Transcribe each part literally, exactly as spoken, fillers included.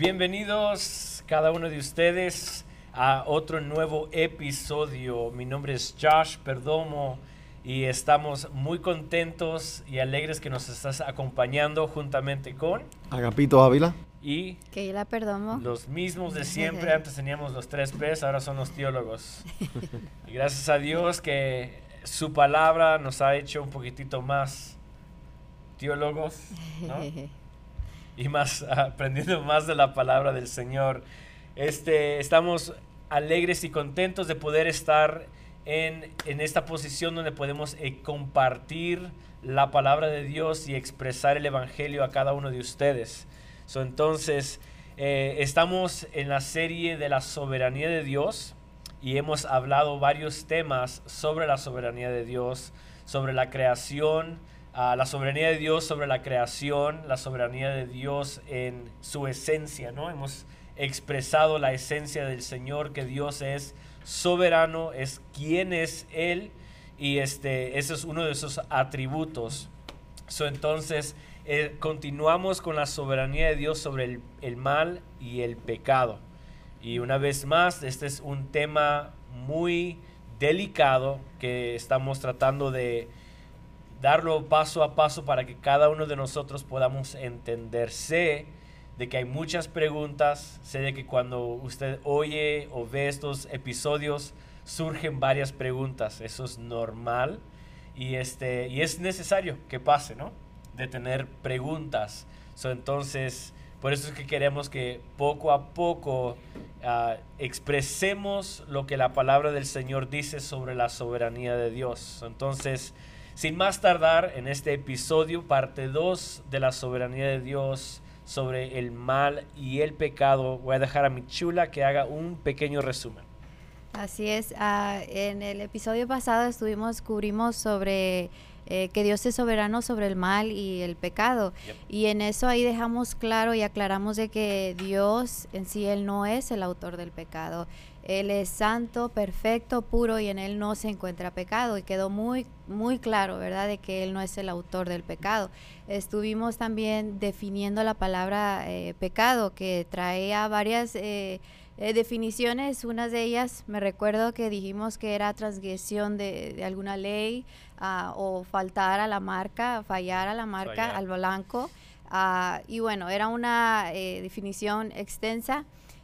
Bienvenidos cada uno de ustedes a otro nuevo episodio. Mi nombre es Josh Perdomo y estamos muy contentos y alegres que nos estás acompañando juntamente con Agapito Ávila y Keila Perdomo. Los mismos de siempre. Antes teníamos los tres P's, ahora son los teólogos. Y gracias a Dios que su palabra nos ha hecho un poquitito más teólogos, ¿no? Y más aprendiendo más de la palabra del Señor. Este, estamos alegres y contentos de poder estar en, en esta posición donde podemos eh, compartir la palabra de Dios y expresar el evangelio a cada uno de ustedes. So, entonces, eh, estamos en la serie de la soberanía de Dios y hemos hablado varios temas sobre la soberanía de Dios, sobre la creación, Uh, la soberanía de Dios sobre la creación, la soberanía de Dios en su esencia, ¿no? Hemos expresado la esencia del Señor, que Dios es soberano, es quien es Él, y este, ese es uno de esos atributos. So, entonces, eh, continuamos con la soberanía de Dios sobre el, el mal y el pecado. Y una vez más, este es un tema muy delicado que estamos tratando de darlo paso a paso para que cada uno de nosotros podamos entender. Sé de que hay muchas preguntas, sé de que cuando usted oye o ve estos episodios surgen varias preguntas, eso es normal y, este, y es necesario que pase, ¿no? De tener preguntas. So, entonces, por eso es que queremos que poco a poco uh, expresemos lo que la palabra del Señor dice sobre la soberanía de Dios. So, entonces, sin más tardar, en este episodio, parte dos de la soberanía de Dios sobre el mal y el pecado, voy a dejar a mi chula que haga un pequeño resumen. Así es, uh, en el episodio pasado estuvimos, cubrimos sobre eh, que Dios es soberano sobre el mal y el pecado. Yep. Y en eso ahí dejamos claro y aclaramos de que Dios en sí, Él no es el autor del pecado. Él es santo, perfecto, puro y en Él no se encuentra pecado. Y quedó muy, muy claro, ¿verdad?, de que Él no es el autor del pecado. Estuvimos también definiendo la palabra eh, pecado, que traía varias eh, eh, definiciones. Unas de ellas, me recuerdo que dijimos que era transgresión de, de alguna ley uh, o faltar a la marca, fallar a la marca, fallar al blanco. Uh, y bueno, era una eh, definición extensa.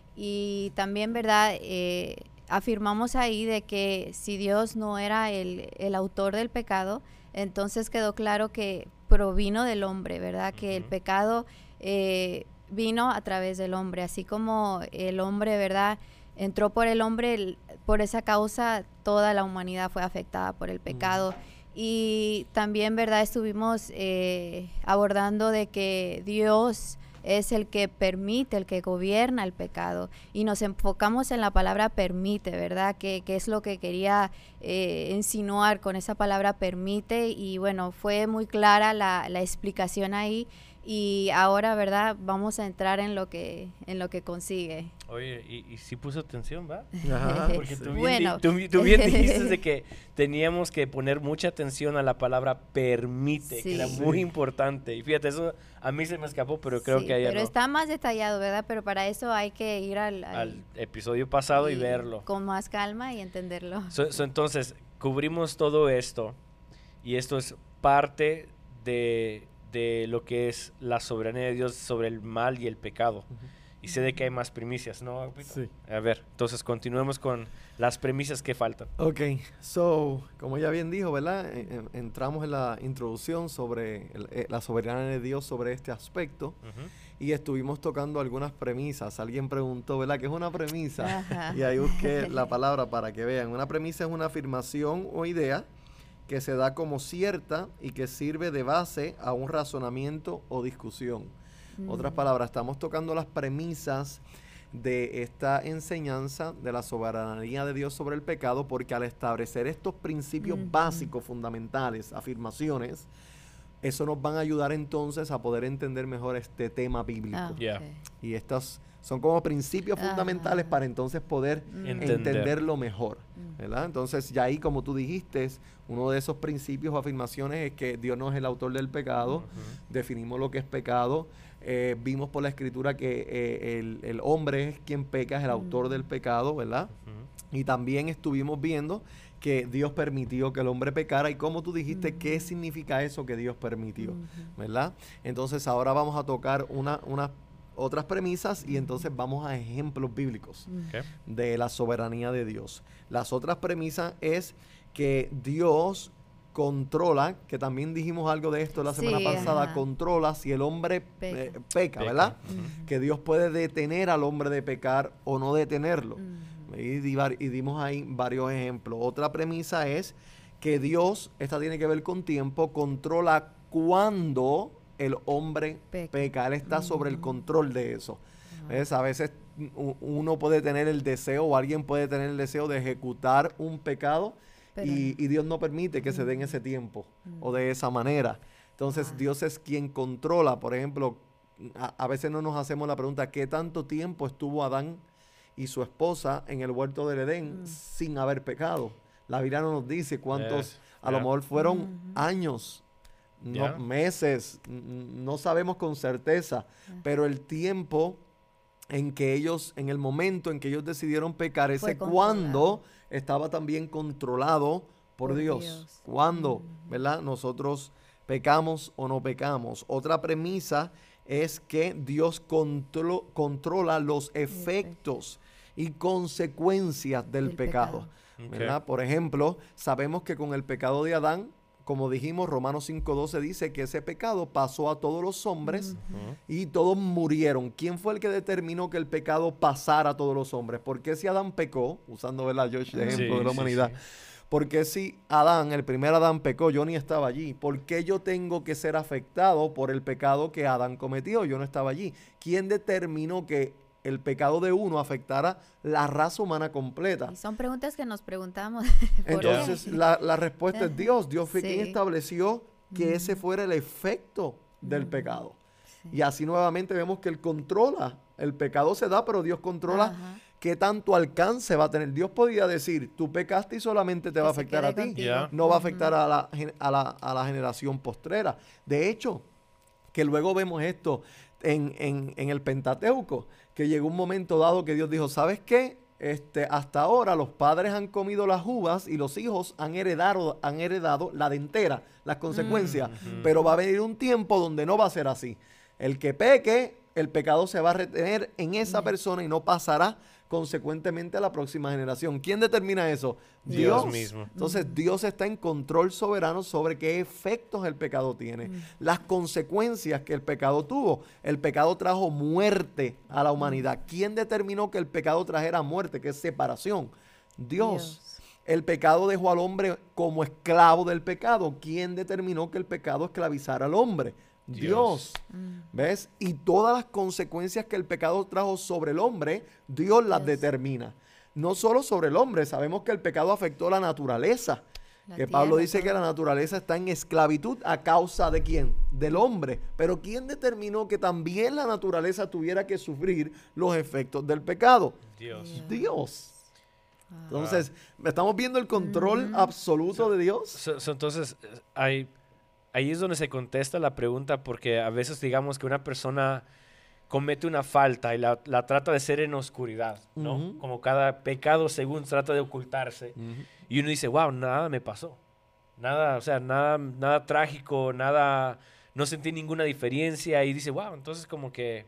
Y también, ¿verdad?, eh, afirmamos ahí de que si Dios no era el, el autor del pecado, entonces quedó claro que provino del hombre, ¿verdad? Uh-huh. Que el pecado eh, vino a través del hombre, así como el hombre, ¿verdad?, entró por el hombre, el, por esa causa toda la humanidad fue afectada por el pecado. Uh-huh. Y también, ¿verdad?, estuvimos eh, abordando de que Dios es el que permite, el que gobierna el pecado, y nos enfocamos en la palabra permite, ¿verdad? Que, que es lo que quería eh, insinuar con esa palabra permite, y bueno, fue muy clara la, la explicación ahí, y ahora, ¿verdad?, vamos a entrar en lo que en lo que consigue. Oye, y, y sí puso atención, ¿va? Ajá, porque tú bien, bueno. di, tú, tú bien dijiste de que teníamos que poner mucha atención a la palabra permite, sí, que era muy importante. Y fíjate, eso a mí se me escapó, pero creo sí, que ayer pero no. Está más detallado, ¿verdad? Pero para eso hay que ir al, al, al episodio pasado y, y verlo. Con más calma y entenderlo. So, so, entonces, cubrimos todo esto, y esto es parte de, de lo que es la soberanía de Dios sobre el mal y el pecado. Uh-huh. Y sé de que hay más primicias, ¿no? Sí. A ver, entonces continuemos con las premisas que faltan. Ok, so, como ya bien dijo, ¿verdad? En, entramos en la introducción sobre el, eh, la soberanía de Dios sobre este aspecto. Uh-huh. Y estuvimos tocando algunas premisas. Alguien preguntó, ¿verdad?, ¿qué es una premisa? Ajá. Y ahí busqué la palabra para que vean. Una premisa es una afirmación o idea que se da como cierta y que sirve de base a un razonamiento o discusión. Mm. Otras palabras, estamos tocando las premisas de esta enseñanza de la soberanía de Dios sobre el pecado, porque al establecer estos principios mm. básicos, fundamentales, afirmaciones, eso nos van a ayudar entonces a poder entender mejor este tema bíblico. Ah, yeah. okay. Y estas Son como principios Ajá. fundamentales para entonces poder Entender. entenderlo mejor, ¿verdad? Entonces ya ahí, como tú dijiste, uno de esos principios o afirmaciones es que Dios no es el autor del pecado. Uh-huh. Definimos lo que es pecado. Eh, vimos por la Escritura que eh, el, el hombre es quien peca, es el autor uh-huh. del pecado, ¿verdad? Uh-huh. Y también estuvimos viendo que Dios permitió que el hombre pecara, y como tú dijiste, uh-huh. ¿qué significa eso que Dios permitió? Uh-huh. ¿Verdad? Entonces ahora vamos a tocar una, una otras premisas y entonces vamos a ejemplos bíblicos okay. de la soberanía de Dios. Las otras premisas es que Dios controla, que también dijimos algo de esto la semana sí, pasada, ajá. controla si el hombre peca, eh, peca, peca. ¿verdad? Uh-huh. Que Dios puede detener al hombre de pecar o no detenerlo. Uh-huh. y, y dimos ahí varios ejemplos. Otra premisa es que Dios, esta tiene que ver con tiempo, controla cuándo el hombre peca. peca. Él está uh-huh. sobre el control de eso. Uh-huh. ¿Ves? A veces uno puede tener el deseo, o alguien puede tener el deseo de ejecutar un pecado, y, y Dios no permite que uh-huh. se den ese tiempo uh-huh. o de esa manera. Entonces uh-huh. Dios es quien controla. Por ejemplo, a, a veces no nos hacemos la pregunta, ¿qué tanto tiempo estuvo Adán y su esposa en el huerto del Edén uh-huh. sin haber pecado? La Biblia no nos dice cuántos, yes. a yeah. lo mejor fueron uh-huh. años, no yeah. meses, no sabemos con certeza, uh-huh. pero el tiempo en que ellos, en el momento en que ellos decidieron pecar, ese cuándo estaba también controlado por, por Dios. Dios. Cuando, uh-huh. ¿verdad? Nosotros pecamos o no pecamos. Otra premisa es que Dios contro- controla los efectos y consecuencias del, del pecado. pecado. ¿Verdad? Okay. Por ejemplo, sabemos que con el pecado de Adán, como dijimos, Romanos cinco doce dice que ese pecado pasó a todos los hombres uh-huh. y todos murieron. ¿Quién fue el que determinó que el pecado pasara a todos los hombres? ¿Por qué si Adán pecó, usando ¿verdad, Josh, de ejemplo sí, de la humanidad? Sí, sí. ¿Por qué si Adán, el primer Adán pecó, yo ni estaba allí? ¿Por qué yo tengo que ser afectado por el pecado que Adán cometió? Yo no estaba allí. ¿Quién determinó que el pecado de uno afectara la raza humana completa? Y son preguntas que nos preguntamos. Entonces, la, la respuesta es Dios. Dios fue sí. quien estableció que mm. ese fuera el efecto del mm. pecado. Sí. Y así nuevamente vemos que Él controla. El pecado se da, pero Dios controla Ajá. qué tanto alcance va a tener. Dios podía decir, tú pecaste y solamente te que va a afectar a ti. Yeah. No va a afectar uh-huh. a, la, a, la, a la generación postrera. De hecho, que luego vemos esto en, en, en el Pentateuco, que llegó un momento dado que Dios dijo, ¿sabes qué? Este, hasta ahora los padres han comido las uvas y los hijos han heredado, han heredado la dentera, las consecuencias. Mm-hmm. Pero va a venir un tiempo donde no va a ser así. El que peque, el pecado se va a retener en esa mm. persona y no pasará consecuentemente a la próxima generación. ¿Quién determina eso? Dios, Dios mismo. Entonces mm. Dios está en control soberano sobre qué efectos el pecado tiene, mm. las consecuencias que el pecado tuvo. El pecado trajo muerte a la humanidad. ¿Quién determinó que el pecado trajera muerte, que es separación? Dios. Dios. El pecado dejó al hombre como esclavo del pecado. ¿Quién determinó que el pecado esclavizara al hombre? Dios. Dios. Mm. ¿Ves? Y todas las consecuencias que el pecado trajo sobre el hombre, Dios las Dios. determina. No solo sobre el hombre, sabemos que el pecado afectó la naturaleza. La que tierra, Pablo dice todo. que la naturaleza está en esclavitud a causa de ¿quién? Del hombre. Pero ¿quién determinó que también la naturaleza tuviera que sufrir los efectos del pecado? Dios. Dios. Dios. Wow. Entonces, ¿estamos viendo el control mm. absoluto so, de Dios? So, so, entonces, hay... Ahí es donde se contesta la pregunta, porque a veces digamos que una persona comete una falta y la, la trata de ser en oscuridad, ¿no? Uh-huh. Como cada pecado según trata de ocultarse. Uh-huh. Y uno dice, wow, nada me pasó. Nada, o sea, nada, nada trágico, nada, no sentí ninguna diferencia. Y dice, wow, entonces como que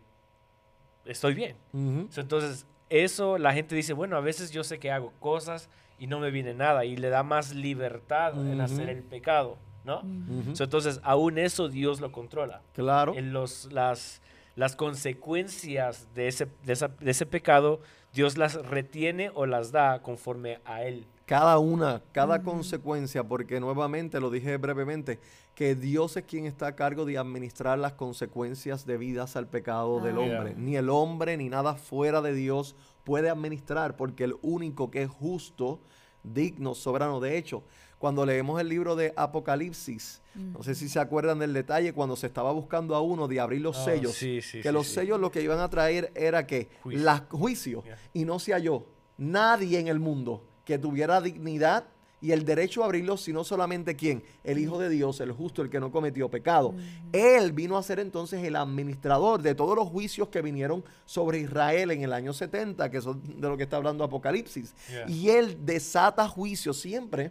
estoy bien. Uh-huh. So, entonces, eso la gente dice, bueno, a veces yo sé que hago cosas y no me viene nada. Y le da más libertad uh-huh. en hacer el pecado, ¿no? Uh-huh. So, entonces, aún eso Dios lo controla. Claro. En los, las, las consecuencias de ese, de, esa, de ese pecado, Dios las retiene o las da conforme a Él. Cada una, cada uh-huh. consecuencia, porque nuevamente, lo dije brevemente, que Dios es quien está a cargo de administrar las consecuencias debidas al pecado uh-huh. del hombre. Yeah. Ni el hombre, ni nada fuera de Dios puede administrar, porque el único que es justo, digno, soberano, de hecho, cuando leemos el libro de Apocalipsis, uh-huh. no sé si se acuerdan del detalle, cuando se estaba buscando a uno de abrir los oh, sellos, sí, sí, que sí, los sí. sellos lo que iban a traer era que juicio, la, juicio yeah. y no se halló nadie en el mundo que tuviera dignidad y el derecho a abrirlos, sino solamente ¿quién? El Hijo de Dios, el justo, el que no cometió pecado. Uh-huh. Él vino a ser entonces el administrador de todos los juicios que vinieron sobre Israel en el año setenta, que son de lo que está hablando Apocalipsis. Yeah. Y él desata juicio siempre.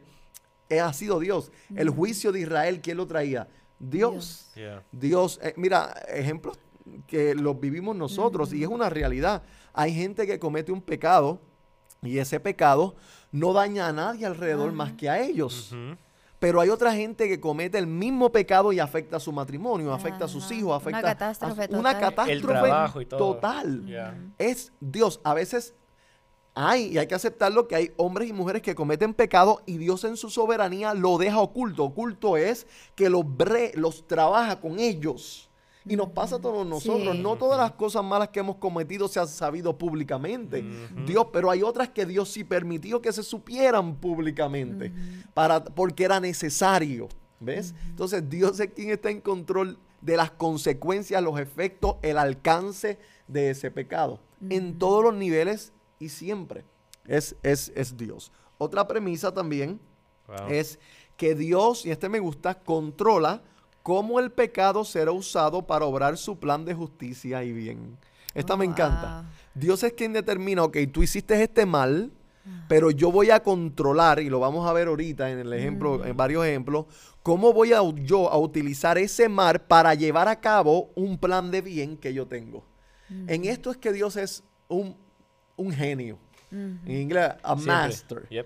Ha sido Dios. Uh-huh. El juicio de Israel, ¿quién lo traía? Dios. Dios. Yeah. Dios eh, mira, ejemplos que los vivimos nosotros uh-huh. y es una realidad. Hay gente que comete un pecado y ese pecado no daña a nadie alrededor uh-huh. más que a ellos. Uh-huh. Pero hay otra gente que comete el mismo pecado y afecta a su matrimonio, uh-huh. afecta a sus hijos, afecta una catástrofe a total. Una catástrofe el trabajo y todo. total. Yeah. Es Dios. A veces hay, y hay que aceptarlo, que hay hombres y mujeres que cometen pecado y Dios en su soberanía lo deja oculto. Oculto es que los, bre, los trabaja con ellos. Y nos pasa a todos nosotros. Sí. No todas las cosas malas que hemos cometido se han sabido públicamente. Uh-huh. Dios, pero hay otras que Dios sí permitió que se supieran públicamente. Uh-huh. para, porque era necesario. ¿Ves? Uh-huh. Entonces Dios es quien está en control de las consecuencias, los efectos, el alcance de ese pecado. Uh-huh. En todos los niveles y siempre. Es, es, es Dios. Otra premisa también wow. es que Dios, y este me gusta, controla cómo el pecado será usado para obrar su plan de justicia y bien. Esta oh, me encanta. Wow. Dios es quien determina, ok, tú hiciste este mal, pero yo voy a controlar, y lo vamos a ver ahorita en el ejemplo, mm. en varios ejemplos, cómo voy a, yo a utilizar ese mal para llevar a cabo un plan de bien que yo tengo. Mm. En esto es que Dios es un, un genio. Mm. En inglés, a Siempre. master. Yep.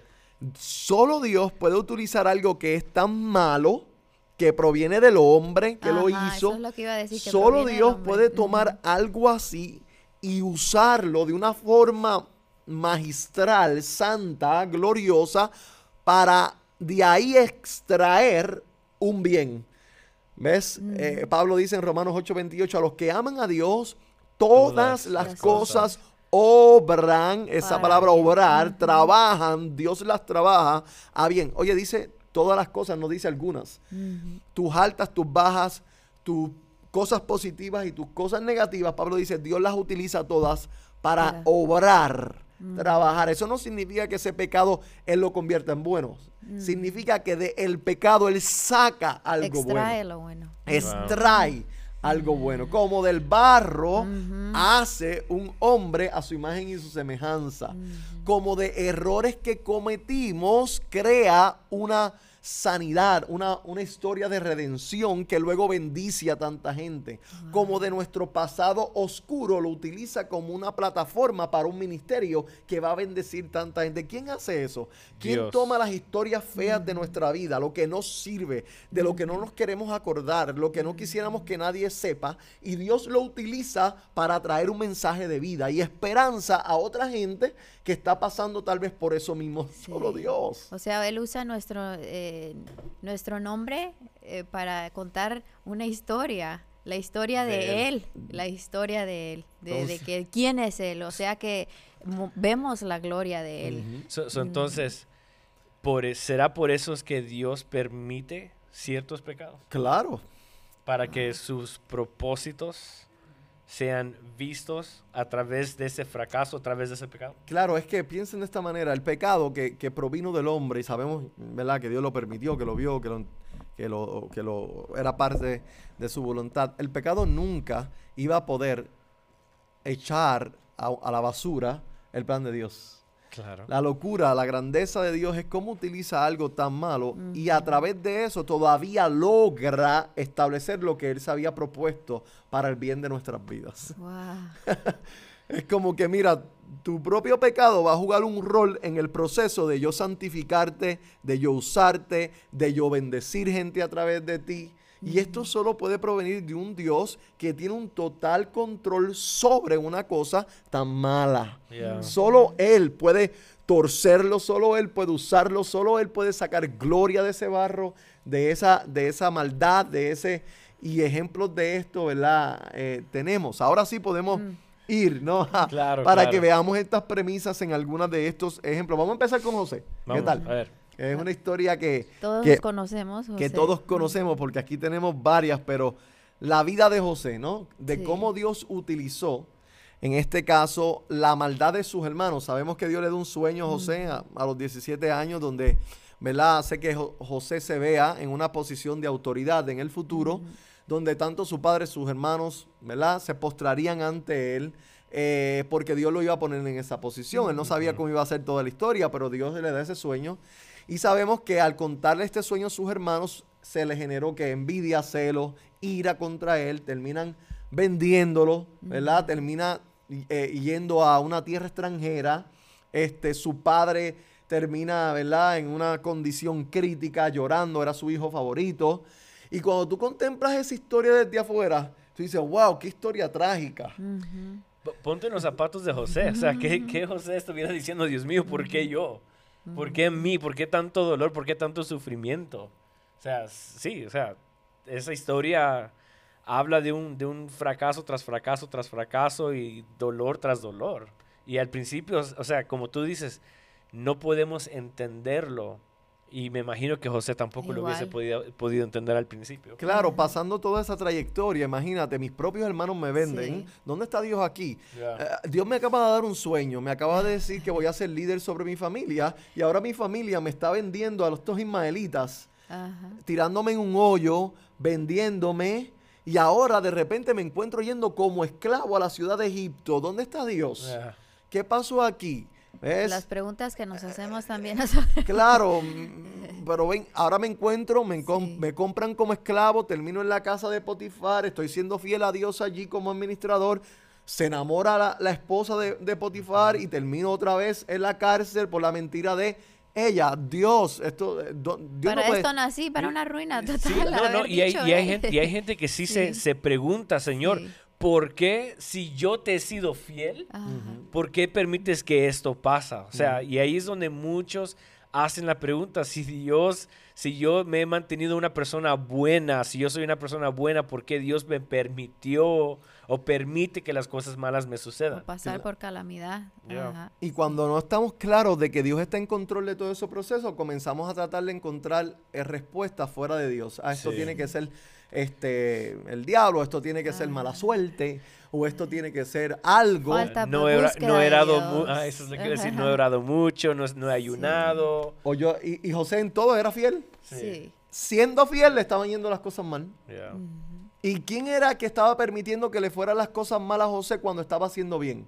Solo Dios puede utilizar algo que es tan malo, que proviene del hombre que Ajá, lo hizo. Eso es lo que iba a decir, que Solo Dios puede tomar uh-huh. algo así y usarlo de una forma magistral, santa, gloriosa, para de ahí extraer un bien. ¿Ves? Uh-huh. Eh, Pablo dice en Romanos ocho veintiocho, a los que aman a Dios, todas, todas las, las cosas, cosas obran, esa para palabra bien. obrar, uh-huh. trabajan, Dios las trabaja a bien. Oye, dice todas las cosas, no dice algunas. Uh-huh. Tus altas, tus bajas, tus cosas positivas y tus cosas negativas, Pablo dice, Dios las utiliza todas para Mira. obrar, uh-huh. trabajar. Eso no significa que ese pecado Él lo convierta en bueno. Uh-huh. Significa que de el pecado Él saca algo Extrae bueno. lo bueno. Extrae wow. algo uh-huh. bueno. Como del barro uh-huh. hace un hombre a su imagen y su semejanza. Uh-huh. Como de errores que cometimos, crea una sanidad, una, una historia de redención que luego bendice a tanta gente. Wow. Como de nuestro pasado oscuro lo utiliza como una plataforma para un ministerio que va a bendecir tanta gente. ¿Quién hace eso? ¿Quién Dios. toma las historias feas mm. de nuestra vida, lo que nos sirve, de lo que no nos queremos acordar, lo que no quisiéramos que nadie sepa, y Dios lo utiliza para traer un mensaje de vida y esperanza a otra gente que está pasando tal vez por eso mismo? Sí. Solo Dios. O sea, Él usa nuestro eh, nuestro nombre eh, para contar una historia, la historia de, de él. él, la historia de Él, de, entonces, de que quién es Él, o sea que mo- vemos la gloria de Él. Uh-huh. so, so, entonces, por, ¿será por eso es que Dios permite ciertos pecados? Claro. Para que sus propósitos sean vistos a través de ese fracaso, a través de ese pecado. Claro, es que piensen de esta manera, el pecado que, que provino del hombre, y sabemos, ¿verdad?, que Dios lo permitió, que lo vio, que lo, que lo, que lo era parte de su voluntad. El pecado nunca iba a poder echar a, a la basura el plan de Dios. Claro. La locura, la grandeza de Dios es cómo utiliza algo tan malo uh-huh. y a través de eso todavía logra establecer lo que Él se había propuesto para el bien de nuestras vidas. Wow. Es como que, mira, tu propio pecado va a jugar un rol en el proceso de yo santificarte, de yo usarte, de yo bendecir gente a través de ti. Y esto solo puede provenir de un Dios que tiene un total control sobre una cosa tan mala. Yeah. Solo Él puede torcerlo, solo Él puede usarlo, solo Él puede sacar gloria de ese barro, de esa, de esa maldad, de ese... Y ejemplos de esto, ¿verdad? Eh, tenemos. Ahora sí podemos mm. ir, ¿no? Claro, Para claro. que veamos estas premisas en algunas de estos ejemplos. Vamos a empezar con José. Vamos, ¿Qué tal? A ver. Es una historia que todos que, conocemos, José. que todos conocemos, porque aquí tenemos varias, pero la vida de José, ¿no? De Sí. cómo Dios utilizó, en este caso, la maldad de sus hermanos. Sabemos que Dios le da un sueño a José a, a los diecisiete años, donde, ¿verdad?, hace que Jo- José se vea en una posición de autoridad en el futuro, donde tanto su padre, sus hermanos, ¿verdad?, se postrarían ante él, eh, porque Dios lo iba a poner en esa posición. Él no sabía cómo iba a ser toda la historia, pero Dios le da ese sueño. Y sabemos que al contarle este sueño a sus hermanos, se le generó que envidia, celos, ira contra él, terminan vendiéndolo, ¿verdad? Termina eh, yendo a una tierra extranjera. Este, su padre termina, ¿verdad?, en una condición crítica, llorando, era su hijo favorito. Y cuando tú contemplas esa historia desde afuera, tú dices, wow, qué historia trágica. Ujú. P- Ponte en los zapatos de José. O sea, ¿qué, qué José estuviera diciendo, Dios mío, ¿por qué yo? ¿Por qué en mí? ¿Por qué tanto dolor? ¿Por qué tanto sufrimiento? O sea, sí, o sea, esa historia habla de un, de un fracaso tras fracaso tras fracaso y dolor tras dolor. Y al principio, o sea, como tú dices, no podemos entenderlo. Y me imagino que José tampoco lo hubiese Igual. podido, podido entender al principio. Claro, pasando toda esa trayectoria, imagínate, mis propios hermanos me venden. Sí. ¿Dónde está Dios aquí? Ya. Eh, Dios me acaba de dar un sueño, me acaba de decir que voy a ser líder sobre mi familia y ahora mi familia me está vendiendo a estos ismaelitas, Ajá. tirándome en un hoyo, vendiéndome, y ahora de repente me encuentro yendo como esclavo a la ciudad de Egipto. ¿Dónde está Dios? Ya. ¿Qué pasó aquí? ¿Ves? Las preguntas que nos hacemos también. Claro, mm, pero ven, ahora me encuentro, me, encom- Sí. me compran como esclavo, termino en la casa de Potifar, estoy siendo fiel a Dios allí como administrador, se enamora la, la esposa de, de Potifar y termino otra vez en la cárcel por la mentira de ella. Dios, esto, eh, do- Dios Para no puede- esto nací, para una ruina total. Sí, no, no, haber y hay, dicho, y hay ¿eh? gente, y hay gente que sí, Se, Sí. se pregunta, Señor, Sí. ¿por qué si yo te he sido fiel, Ajá. por qué permites que esto pasa? O sea, y ahí es donde muchos hacen la pregunta, si Dios, si yo me he mantenido una persona buena, si yo soy una persona buena, ¿por qué Dios me permitió o permite que las cosas malas me sucedan? O pasar por calamidad. Ya. Ajá. Y cuando no estamos claros de que Dios está en control de todo ese proceso, comenzamos a tratar de encontrar eh, respuestas fuera de Dios. Ah, esto Sí. tiene que ser este el diablo, esto tiene que ser mala Ajá. suerte, o esto tiene que ser algo. Falta No he, ora- búsqueda no he de orado, Dios. mu- ah, eso es lo que quiero decir, no he Ajá. orado mucho, no, no he ayunado. O yo, y, y José en todo era fiel. Sí. Siendo fiel le estaban yendo las cosas mal. Ya. ¿Y quién era que estaba permitiendo que le fueran las cosas mal a José cuando estaba haciendo bien?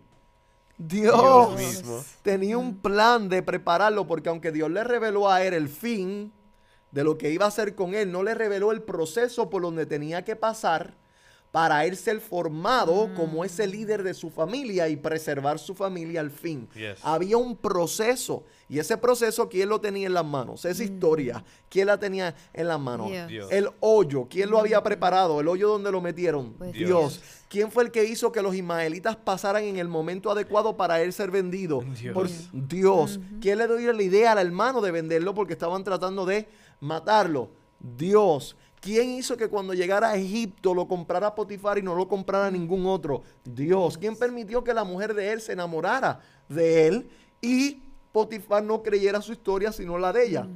Dios. Dios mismo. Tenía un plan de prepararlo, porque aunque Dios le reveló a él el fin de lo que iba a hacer con él, no le reveló el proceso por donde tenía que pasar para él ser formado como ese líder de su familia y preservar su familia al fin. Yes. Había un proceso, y ese proceso, ¿quién lo tenía en las manos? Esa historia, ¿quién la tenía en las manos? Dios. Dios. El hoyo, ¿quién lo había preparado? El hoyo donde lo metieron. Pues Dios. Dios. ¿Quién fue el que hizo que los ismaelitas pasaran en el momento adecuado para él ser vendido? Dios. Por Dios. ¿Quién le dio la idea al hermano de venderlo porque estaban tratando de matarlo? Dios. ¿Quién hizo que cuando llegara a Egipto lo comprara Potifar y no lo comprara ningún otro? Dios. ¿Quién permitió que la mujer de él se enamorara de él y Potifar no creyera su historia sino la de ella?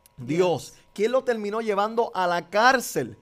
Dios. ¿Quién lo terminó llevando a la cárcel?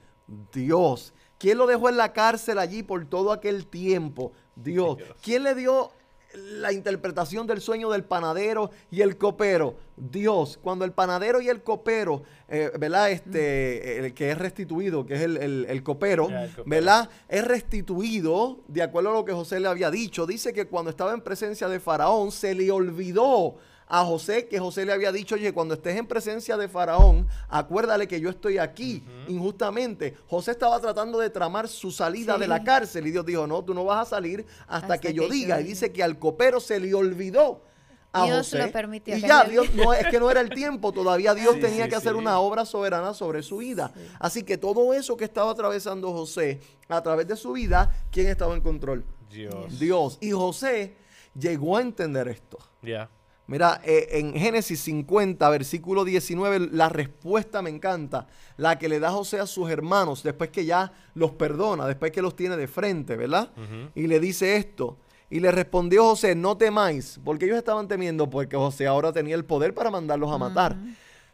Dios. ¿Quién lo dejó en la cárcel allí por todo aquel tiempo? Dios. Dios. ¿Quién le dio la interpretación del sueño del panadero y el copero? Dios. Cuando el panadero y el copero, eh, ¿verdad? Este, el que es restituido, que es el, el- el copero, Ya, el copero. ¿verdad? Es restituido, de acuerdo a lo que José le había dicho. Dice que cuando estaba en presencia de Faraón, se le olvidó a José que José le había dicho, oye, cuando estés en presencia de Faraón, acuérdale que yo estoy aquí injustamente. José estaba tratando de tramar su salida Sí. de la cárcel y Dios dijo, no, tú no vas a salir hasta, Hasta que yo que yo diga. Y diga. dice que al copero se le olvidó a Dios José. lo permitió Y que ya, le- Dios, no, es que no era el tiempo, todavía Dios Sí, tenía sí, que hacer sí. una obra soberana sobre su vida. Así que todo eso que estaba atravesando José a través de su vida, ¿quién estaba en control? Dios. Dios. Y José llegó a entender esto. Ya. Mira, eh, en Génesis cincuenta, versículo diecinueve, la respuesta me encanta, la que le da José a sus hermanos después que ya los perdona, después que los tiene de frente, ¿verdad? Y le dice esto, y le respondió José, no temáis, porque ellos estaban temiendo, porque José ahora tenía el poder para mandarlos a matar.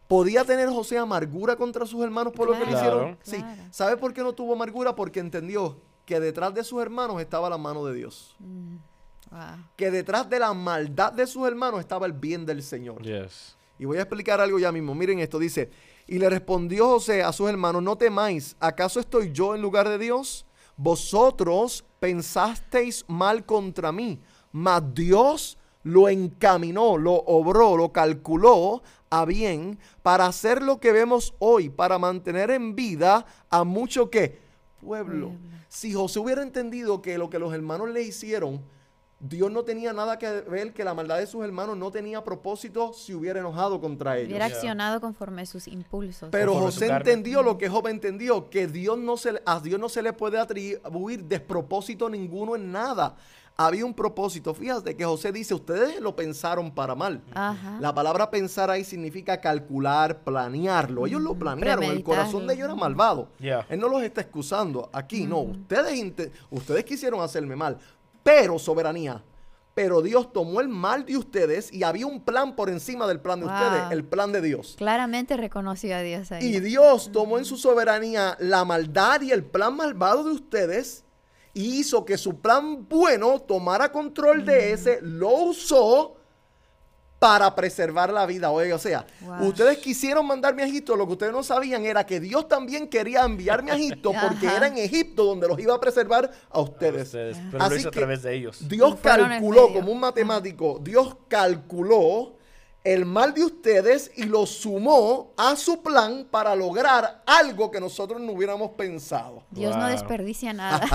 ¿Podía tener José amargura contra sus hermanos por Claro, lo que le hicieron? claro. Sí. ¿Sabe por qué no tuvo amargura? Porque entendió que detrás de sus hermanos estaba la mano de Dios. Mm, wow. Que detrás de la maldad de sus hermanos estaba el bien del Señor. Yes. Y voy a explicar algo ya mismo. Miren esto, dice, y le respondió José a sus hermanos, no temáis, ¿acaso estoy yo en lugar de Dios? Vosotros pensasteis mal contra mí, mas Dios lo encaminó, lo obró, lo calculó a bien para hacer lo que vemos hoy, para mantener en vida a mucho que pueblo. Pueblo. Si José hubiera entendido que lo que los hermanos le hicieron, Dios no tenía nada que ver, que la maldad de sus hermanos no tenía propósito, si hubiera enojado contra ellos. Hubiera Yeah. accionado conforme a sus impulsos. Pero Conforme a su José carne. entendió lo que Job entendió, que Dios no se, a Dios no se le puede atribuir despropósito ninguno en nada. Había un propósito. Fíjate que José dice, ustedes lo pensaron para mal. Ajá. La palabra pensar ahí significa calcular, planearlo. Ellos lo planearon, el corazón de ellos era malvado. Yeah. Él no los está excusando. Aquí no, ustedes, inte- ustedes quisieron hacerme mal, pero soberanía. Pero Dios tomó el mal de ustedes y había un plan por encima del plan de Wow. ustedes, el plan de Dios. Claramente reconoció a Dios ahí. Y Dios tomó en su soberanía la maldad y el plan malvado de ustedes y hizo que su plan bueno tomara control de ese, lo usó para preservar la vida. Oye, o sea, Wow. ustedes quisieron mandarme a Egipto, lo que ustedes no sabían era que Dios también quería enviarme a Egipto porque Ajá. era en Egipto donde los iba a preservar a ustedes. Ustedes, pero Así lo hizo a que través de ellos. Dios Y fueron en calculó, medio. como un matemático, Dios calculó el mal de ustedes y lo sumó a su plan para lograr algo que nosotros no hubiéramos pensado. Dios no Wow. desperdicia nada.